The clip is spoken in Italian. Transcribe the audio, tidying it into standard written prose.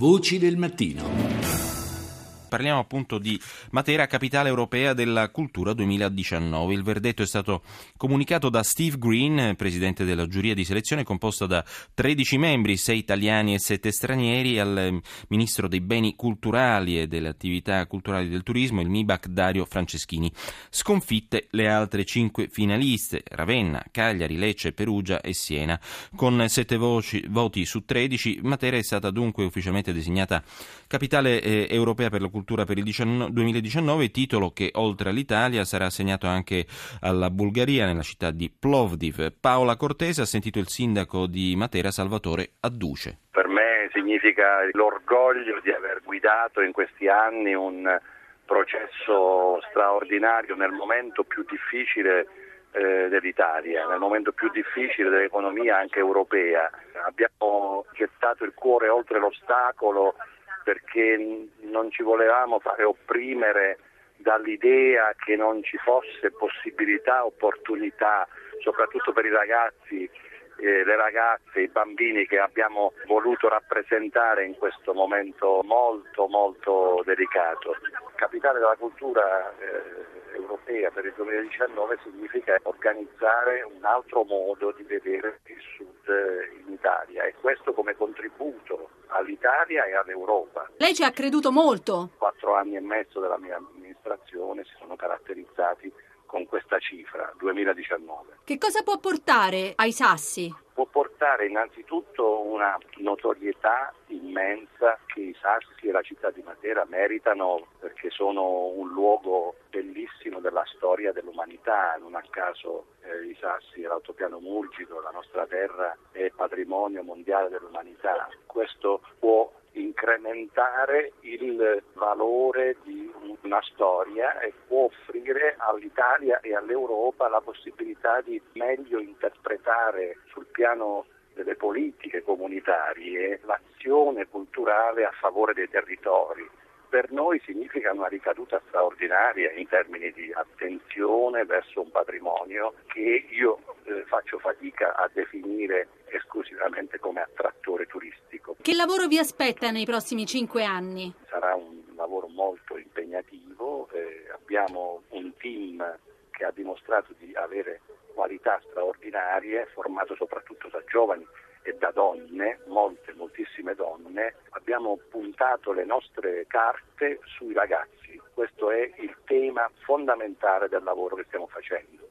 Voci del mattino. Parliamo appunto di Matera, capitale europea della cultura 2019. Il verdetto è stato comunicato da Steve Green, presidente della giuria di selezione composta da 13 membri, 6 italiani e 7 stranieri, al ministro dei beni culturali e delle attività culturali del turismo, il MIBAC Dario Franceschini. Sconfitte le altre 5 finaliste: Ravenna, Cagliari, Lecce, Perugia e Siena. Con 7 voti su 13, Matera è stata dunque ufficialmente designata capitale europea per la cultura per il 2019, titolo che oltre all'Italia sarà assegnato anche alla Bulgaria, nella città di Plovdiv. Paola Cortese ha sentito il sindaco di Matera, Salvatore Adduce. Per me significa l'orgoglio di aver guidato in questi anni un processo straordinario nel momento più difficile dell'Italia, nel momento più difficile dell'economia anche europea. Abbiamo gettato il cuore oltre l'ostacolo perché non ci volevamo fare opprimere dall'idea che non ci fosse possibilità, opportunità, soprattutto per i ragazzi, le ragazze, i bambini che abbiamo voluto rappresentare in questo momento molto molto delicato. Capitale della cultura europea per il 2019 significa organizzare un altro modo di vedere il Sud in Italia, e questo come contributo all'Italia e all'Europa. Lei ci ha creduto molto. 4 anni e mezzo della mia amministrazione si sono caratterizzati con questa cifra, 2019. Che cosa può portare ai Sassi? Può portare innanzitutto una notorietà immensa che i Sassi e la città di Matera meritano, perché sono un luogo bellissimo della storia dell'umanità. Non a caso i Sassi e l'altopiano Murgido, la nostra terra, è patrimonio mondiale dell'umanità. Questo può incrementare il valore di una storia e può offrire all'Italia e all'Europa la possibilità di meglio interpretare sul piano delle politiche comunitarie l'azione culturale a favore dei territori. Per noi significa una ricaduta straordinaria in termini di attenzione verso un patrimonio che io faccio fatica a definire esclusivamente come attrattore turistico. Che lavoro vi aspetta nei prossimi 5 anni? Sarà un lavoro molto impegnativo, abbiamo un team che ha dimostrato di avere qualità straordinarie, formato soprattutto da giovani e da donne, moltissime donne. Abbiamo puntato le nostre carte sui ragazzi. Questo è il tema fondamentale del lavoro che stiamo facendo.